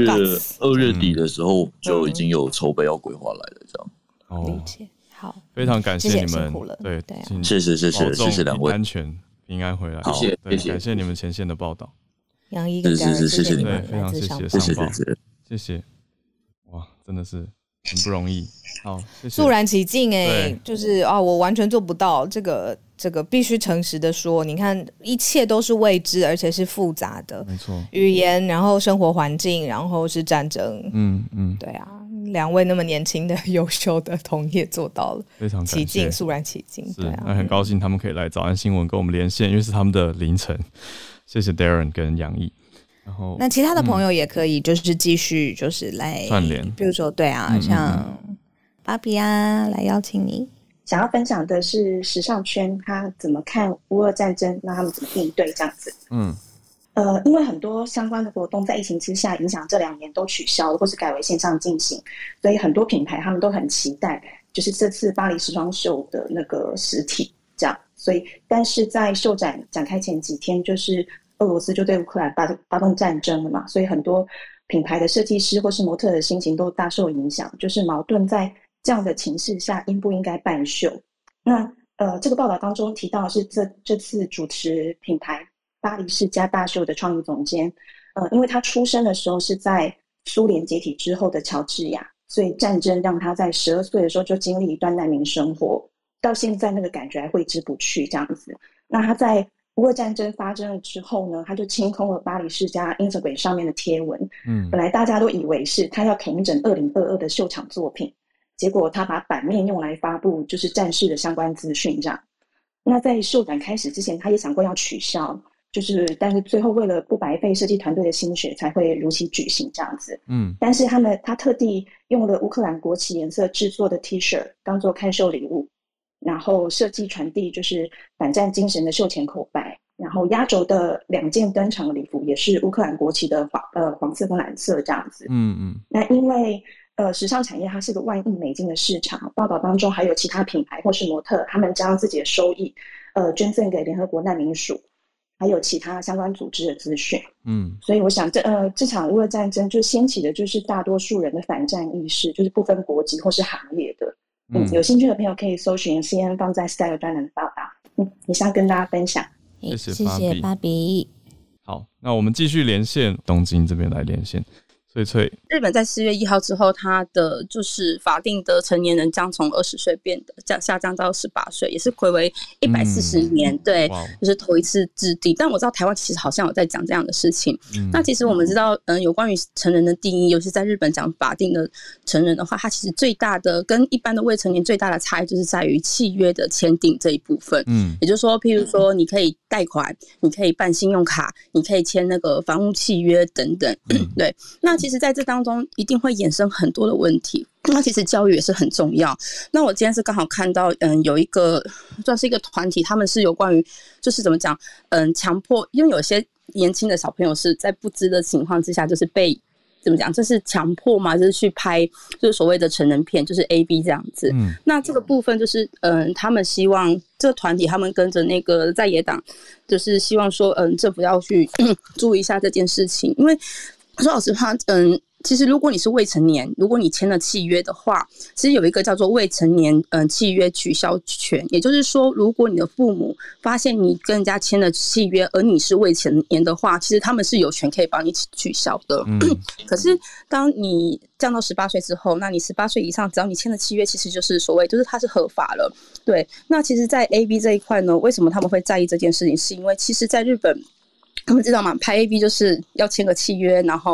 S3: 2月底的时候就已经有筹备要规划来了，这样。
S2: 理解，好，
S1: 非常感谢你们，对，
S3: 谢谢两位，
S1: 安全平安回来，
S3: 谢谢，
S1: 感谢你们前线的报道。
S2: 杨一跟家人，
S3: 谢谢你
S1: 们，非常谢谢，谢谢，哇，真的是很不容易，好，谢谢。
S2: 肃然起敬就是我完全做不到，这个必须诚实的说，你看一切都是未知，而且是复杂的，
S1: 没错，
S2: 语言，然后生活环境，然后是战争，对啊，两位那么年轻的优秀的同业做到了，
S1: 非常
S2: 起敬，肃然起敬，对啊，
S1: 那很高兴他们可以来早安新闻跟我们连线，因为是他们的凌晨。谢谢 Darren 跟杨毅，然后
S2: 那其他的朋友也可以就是继续就是来
S1: 串联，
S2: 比如说对啊，像芭比啊来邀请你。
S5: 想要分享的是时尚圈他怎么看乌俄战争，那他们怎么应对这样子。因为很多相关的活动在疫情之下影响这2年都取消了或是改为线上进行，所以很多品牌他们都很期待就是这次巴黎时装秀的那个实体这样。所以但是在秀展展开前几天，就是俄罗斯就对乌克兰发动战争了嘛，所以很多品牌的设计师或是模特的心情都大受影响，就是矛盾在这样的情势下应不应该办秀。那这个报道当中提到的是这次主持品牌巴黎世家大秀的创意总监，因为他出生的时候是在苏联解体之后的乔治亚，所以战争让他在12岁的时候就经历一段难民生活，到现在那个感觉还挥之不去这样子。那他在乌俄战争发生了之后呢，他就清空了巴黎世家 Instagram 上面的贴文。本来大家都以为是他要统整2022的秀场作品，结果他把版面用来发布就是战事的相关资讯这样。那在秀展开始之前，他也想过要取消，但是最后为了不白费设计团队的心血，才会如期举行这样子。但是他特地用了乌克兰国旗颜色制作的 T 恤当做开秀礼物，然后设计传递就是反战精神的秀前口白，然后压轴的2件登场礼服也是乌克兰国旗的黄色跟蓝色这样子。那因为时尚产业它是个1万亿美金的市场，报道当中还有其他品牌或是模特，他们将自己的收益捐赠给联合国难民署还有其他相关组织的资讯。所以我想这场乌俄战争就掀起的就是大多数人的反战意识，就是不分国籍或是行业的。有兴趣的朋友可以搜寻 CNN 放在 Style 专栏的报道。以上跟大家分享。
S1: 谢
S2: 谢芭比。
S1: 好，那我们继续连线东京这边来连线。翠翠，
S6: 日本在4月1号之后，它的就是法定的成年人将从20岁下降到18岁，也是睽违140年，对，就是头一次制定。但我知道台湾其实好像有在讲这样的事情。那其实我们知道，有关于成人的定义，尤其在日本讲法定的成人的话，它其实最大的跟一般的未成年最大的差异就是在于契约的签订这一部分。也就是说，譬如说你可以贷款，你可以办信用卡，你可以签那个房屋契约等等。对，那其实在这当中一定会衍生很多的问题，那其实教育也是很重要。那我今天是刚好看到有一个算是一个团体，他们是有关于就是怎么讲强迫，因为有些年轻的小朋友是在不知的情况之下就是被怎么讲，就是强迫嘛，就是去拍就是所谓的成人片，就是 AV 这样子。那这个部分就是他们希望这个团体他们跟着那个在野党，就是希望说政府要去注意一下这件事情。因为说老实话其实如果你是未成年，如果你签了契约的话，其实有一个叫做未成年契约取消权。也就是说，如果你的父母发现你跟人家签了契约而你是未成年的话，其实他们是有权可以帮你取消的。可是当你降到18岁之后，那你18岁以上只要你签了契约，其实就是所谓就是它是合法了。对，那其实在 AV 这一块呢，为什么他们会在意这件事情，是因为其实在日本他们知道嘛，拍 AV 就是要签个契约，然后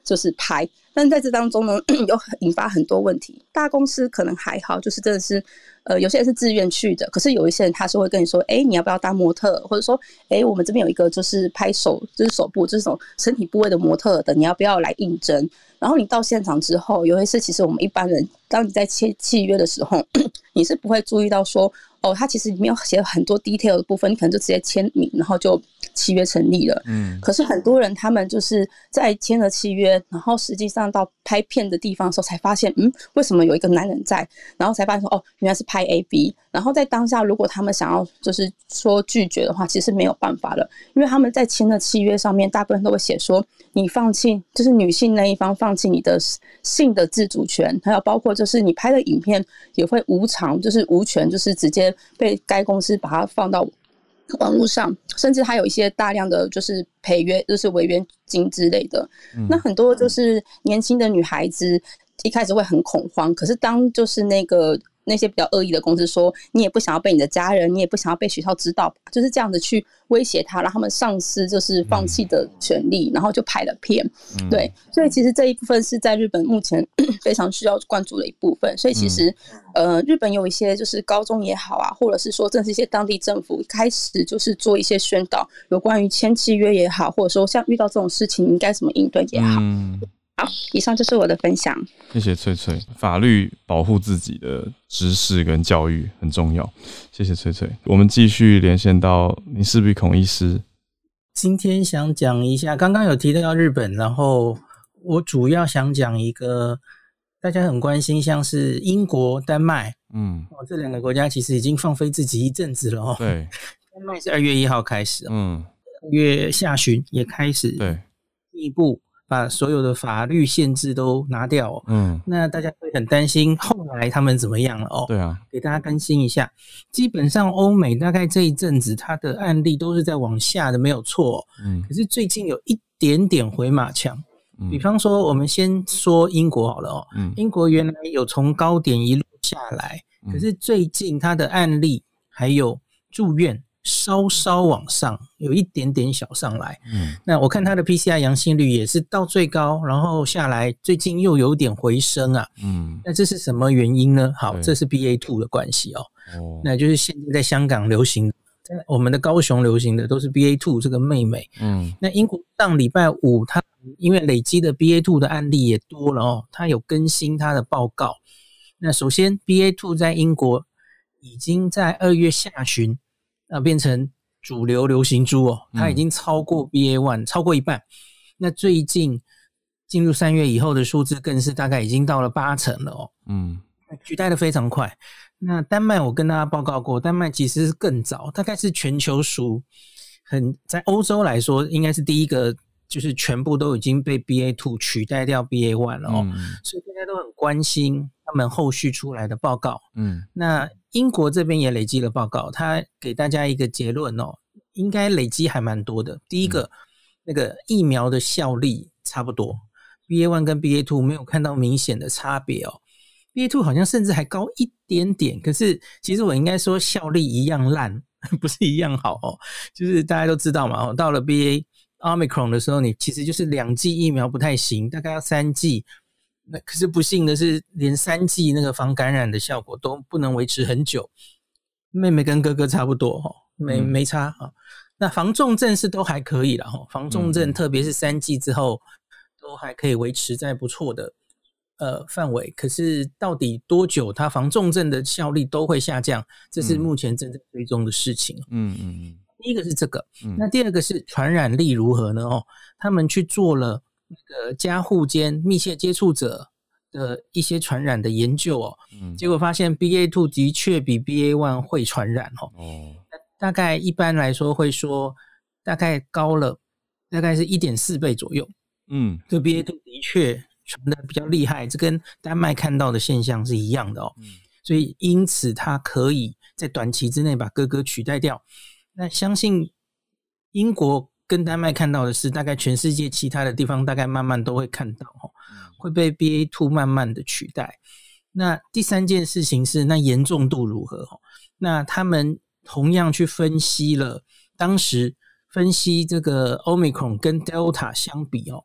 S6: 就是拍，但在这当中呢，有引发很多问题。大公司可能还好，就是真的是，有些人是自愿去的，可是有一些人他是会跟你说，你要不要当模特，或者说，我们这边有一个就是拍手，就是手部这种身体部位的模特的，你要不要来应征？然后你到现场之后，有一些其实我们一般人，当你在签契约的时候，你是不会注意到说，他其实里面有写很多 detail 的部分，你可能就直接签名，然后就契约成立了。可是很多人他们就是在签了契约，然后实际上到拍片的地方的时候才发现，为什么有一个男人在？然后才发现说，原来是拍 AV。然后在当下，如果他们想要就是说拒绝的话，其实没有办法了，因为他们在签的契约上面，大部分都会写说，你放弃就是女性那一方放弃你的性的自主权，还有包括就是你拍的影片也会无偿就是无权就是直接被该公司把它放到网络上，甚至还有一些大量的就是赔约就是违约金之类的。那很多就是年轻的女孩子一开始会很恐慌，可是当就是那些比较恶意的公司说你也不想要被你的家人，你也不想要被学校知道，就是这样子去威胁他，让他们丧失就是放弃的权利，然后就拍了片。对，所以其实这一部分是在日本目前非常需要关注的一部分。所以其实日本有一些就是高中也好啊，或者是说正是一些当地政府开始就是做一些宣导，有关于签契约也好，或者说像遇到这种事情应该怎么应对也好。好，以上就是我的分享。
S1: 谢谢翠翠，法律保护自己的知识跟教育很重要。谢谢翠翠，我们继续连线到林氏璧孔医师。
S7: 今天想讲一下，刚刚有提到日本，然后我主要想讲一个大家很关心，像是英国、丹麦，这两个国家其实已经放飞自己一阵子了哦。
S1: 对，
S7: 丹麦是2月1号开始，2月下旬也开始，
S1: 对，
S7: 进一步把所有的法律限制都拿掉那大家会很担心后来他们怎么样了
S1: 对啊，
S7: 给大家更新一下，基本上欧美大概这一阵子它的案例都是在往下的，没有错可是最近有一点点回马枪比方说我们先说英国好了英国原来有从高点一路下来可是最近它的案例还有住院稍稍往上，有一点点小上来那我看它的 PCR 阳性率也是到最高，然后下来最近又有点回升那这是什么原因呢？好，这是 BA2 的关系那就是现在在香港流行，在我们的高雄流行的都是 BA2 这个妹妹那英国上礼拜五它因为累积的 BA2 的案例也多了它有更新它的报告。那首先 BA2 在英国已经在2月下旬变成主流流行株它已经超过 BA1 超过一半。那最近进入3月以后的数字更是大概已经到了80%了取代的非常快。那丹麦我跟大家报告过，丹麦其实是更早，大概是全球属在欧洲来说应该是第一个就是全部都已经被 BA2 取代掉 BA1 了所以大家都很关心他们后续出来的报告那英国这边也累积了报告，他给大家一个结论应该累积还蛮多的。第一个那个疫苗的效力差不多 BA1 跟 BA2 没有看到明显的差别BA2 好像甚至还高一点点，可是其实我应该说效力一样烂不是一样好就是大家都知道嘛到了 BA Omicron 的时候你其实就是2剂疫苗不太行，大概要3剂，那可是不幸的是连3剂那个防感染的效果都不能维持很久。妹妹跟哥哥差不多没差那防重症是都还可以啦防重症特别是3剂之后都还可以维持在不错的范围，可是到底多久它防重症的效力都会下降，这是目前正在追踪的事情第一个是这个那第二个是传染力如何呢他们去做了那个家户间密切接触者的一些传染的研究结果发现 BA2 的确比 BA1 会传染大概一般来说会说大概高了大概是 1.4 倍左右这 BA2 的确传的比较厉害，这跟丹麦看到的现象是一样的所以因此它可以在短期之内把哥哥取代掉。那相信英国跟丹麦看到的是大概全世界其他的地方大概慢慢都会看到会被 BA2 慢慢的取代。那第三件事情是那严重度如何那他们同样去分析了当时分析这个 Omicron 跟 Delta 相比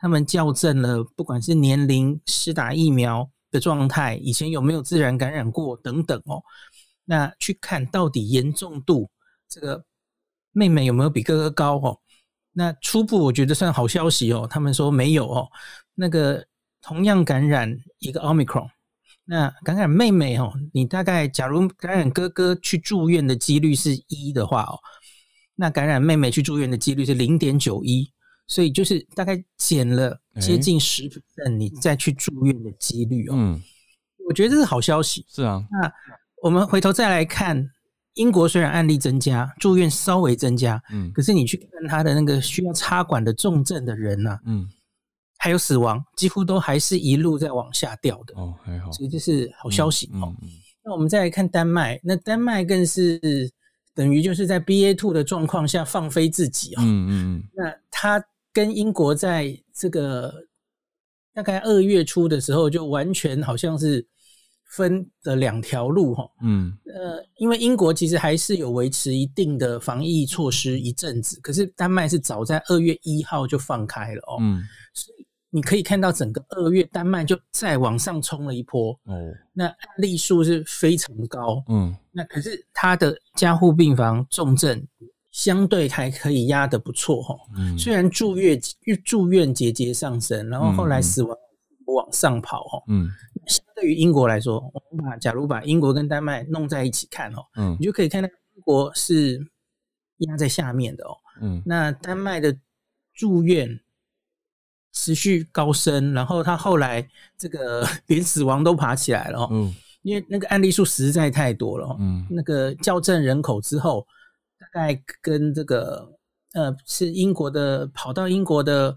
S7: 他们校正了不管是年龄、施打疫苗的状态，以前有没有自然感染过等等哦。那去看到底严重度，这个妹妹有没有比哥哥高哦？那初步我觉得算好消息哦，他们说没有哦。那个同样感染一个 Omicron， 那感染妹妹哦，你大概假如感染哥哥去住院的几率是1的话哦，那感染妹妹去住院的几率是 0.91， 所以就是大概减了接近 10%，你再去住院的几率哦。我觉得这是好消息。
S1: 是啊，
S7: 那我们回头再来看，英国虽然案例增加，住院稍微增加，可是你去看他的那个需要插管的重症的人啊，还有死亡，几乎都还是一路在往下掉的。
S1: 哦，还好，
S7: 所以这是好消息哦。那我们再来看丹麦，那丹麦更是等于就是在 BA.2 的状况下放飞自己哦。那他跟英国在这个大概2月初的时候，就完全好像是分的2条路哈。因为英国其实还是有维持一定的防疫措施一阵子，可是丹麦是早在2月1号就放开了哦。所以你可以看到整个2月丹麦就再往上冲了一波哦。那案例数是非常高。那可是它的加护病房重症相对还可以压得不错哈。虽然住院节节上升，然后后来死亡往上跑哈。相对于英国来说，我们假如把英国跟丹麦弄在一起看哦，你就可以看到英国是压在下面的哦。那丹麦的住院持续高升，然后他后来这个连死亡都爬起来了哦。因为那个案例数实在太多了哦。那个校正人口之后，大概跟这个是英国的跑到英国的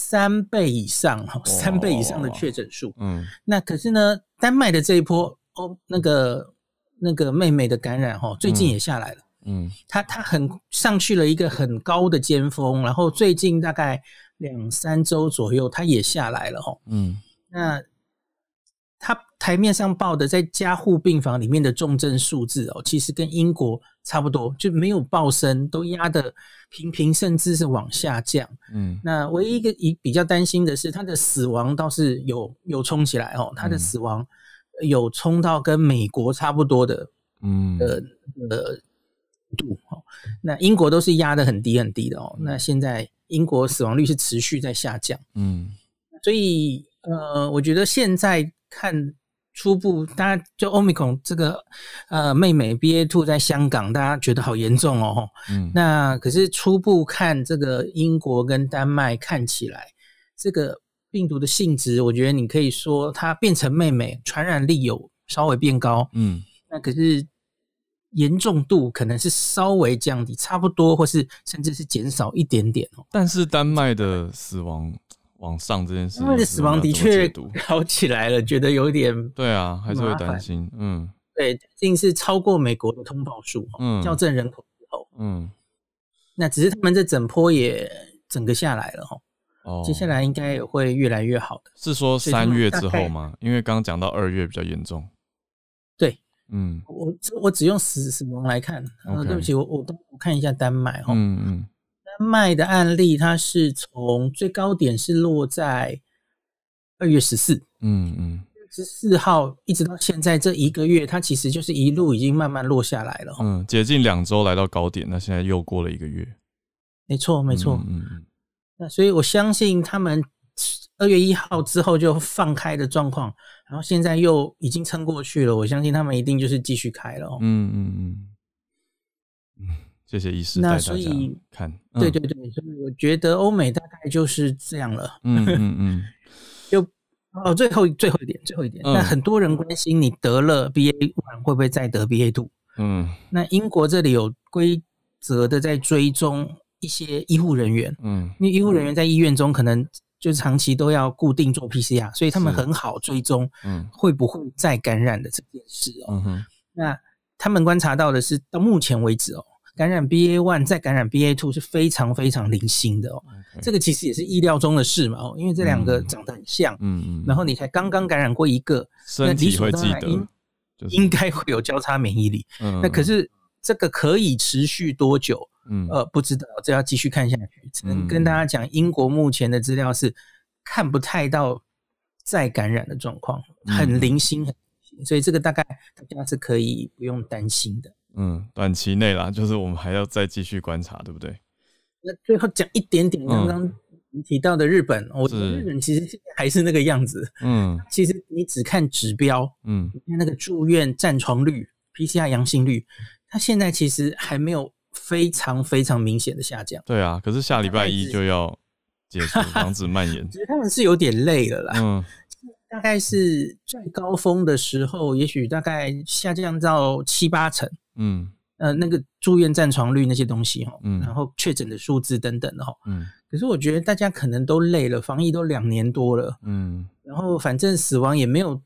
S7: 3倍以上，3倍以上的确诊数。那可是呢，丹麦的这一波那个妹妹的感染最近也下来了。它很上去了一个很高的尖峰，然后最近大概2-3周左右，它也下来了那它台面上报的在加护病房里面的重症数字其实跟英国差不多，就没有暴升，都压得平，甚至是往下降。那唯一一个比较担心的是，它的死亡倒是有冲起来它的死亡有冲到跟美国差不多的度那英国都是压得很低很低的那现在英国死亡率是持续在下降。所以我觉得现在看初步，大家就 Omicron 这个妹妹 BA.2 在香港，大家觉得好严重哦。那可是初步看这个英国跟丹麦，看起来这个病毒的性质，我觉得你可以说它变成妹妹，传染力有稍微变高。那可是严重度可能是稍微降低，差不多，或是甚至是减少一点点
S1: 但是丹麦的死亡往上这件事，
S7: 他们的死亡的确高起来了，觉得有点
S1: 对啊，还是会担心。
S7: 对，最近是超过美国的通报数，校正人口之后，那只是他们这整波也整个下来了接下来应该也会越来越好的。
S1: 是说3月之后吗？因为刚刚讲到2月比较严重。
S7: 对，我只用死亡来看，对不起，我看一下丹麦丹麦的案例，它是从最高点是落在2月14， 14号一直到现在这1个月，它其实就是一路已经慢慢落下来了
S1: 接近2周来到高点，那现在又过了1个月。
S7: 没错。那所以我相信他们2月1号之后就放开的状况，然后现在又已经撑过去了，我相信他们一定就是继续开了
S1: 谢谢医师带大家看。
S7: 对，所以我觉得欧美大概就是这样了。就最后一点，那很多人关心你得了 BA.1 会不会再得 BA.2。那英国这里有规则的在追踪一些医护人员，因为医护人员在医院中可能就长期都要固定做 PCR， 所以他们很好追踪会不会再感染的这件事那他们观察到的是，到目前为止感染 BA.1 再感染 BA.2 是非常非常零星的这个其实也是意料中的事嘛因为这两个长得很像然后你才刚刚感染过一个，
S1: 身体会记得
S7: 应该会有交叉免疫力那可是这个可以持续多久不知道，这要继续看下去。只能跟大家讲，英国目前的资料是看不太到再感染的状况，很零星，所以这个大概大家是可以不用担心的。
S1: 短期内啦，就是我们还要再继续观察，对不对？
S7: 那最后讲一点点，刚刚你提到的日本，我觉得日本其实现在还是那个样子。其实你只看指标，你看那个住院占床率、PCR 阳性率，它现在其实还没有非常非常明显的下降。
S1: 对啊，可是下礼拜一就要解除，防止蔓延。
S7: 其实他们是有点累了啦。大概是最高峰的时候，也许大概下降到7-8成。那个住院占床率那些东西然后确诊的数字等等可是我觉得大家可能都累了，防疫都2年多了，然后反正死亡也没有，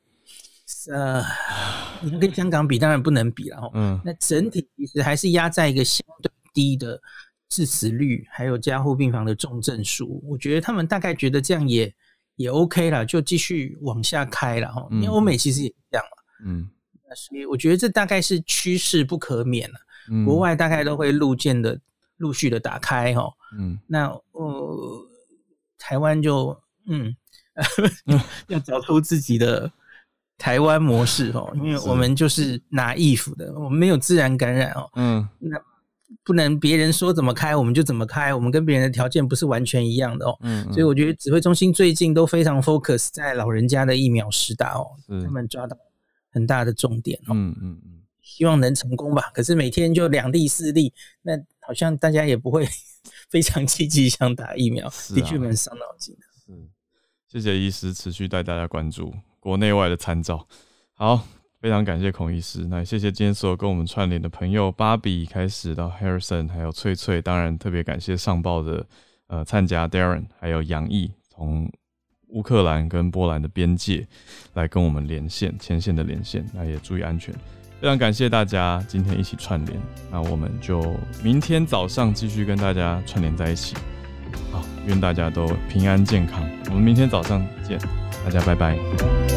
S7: 你跟香港比当然不能比了那整体其实还是压在一个相对低的致死率，还有加护病房的重症数，我觉得他们大概觉得这样也 OK 啦，就继续往下开啦因为欧美其实也这样啦所以我觉得这大概是趋势不可免了。国外大概都会陆续的打开那台湾就要找出自己的台湾模式因为我们就是naive的，我们没有自然感染那不能别人说怎么开我们就怎么开，我们跟别人的条件不是完全一样的所以我觉得指挥中心最近都非常 focus 在老人家的疫苗施打他们抓到很大的重点希望能成功吧。可是每天就2例4例，那好像大家也不会非常积极想打疫苗，的确蛮伤脑筋的。
S1: 谢谢医师持续带大家关注国内外的参照。好，非常感谢孔医师，那也谢谢今天所有跟我们串联的朋友，芭比开始到 Harrison 还有翠翠，当然特别感谢上报的灿家 Darren 还有杨毅，从乌克兰跟波兰的边界来跟我们连线，前线的连线，那也注意安全。非常感谢大家今天一起串联，那我们就明天早上继续跟大家串联在一起。好，愿大家都平安健康，我们明天早上见，大家拜拜。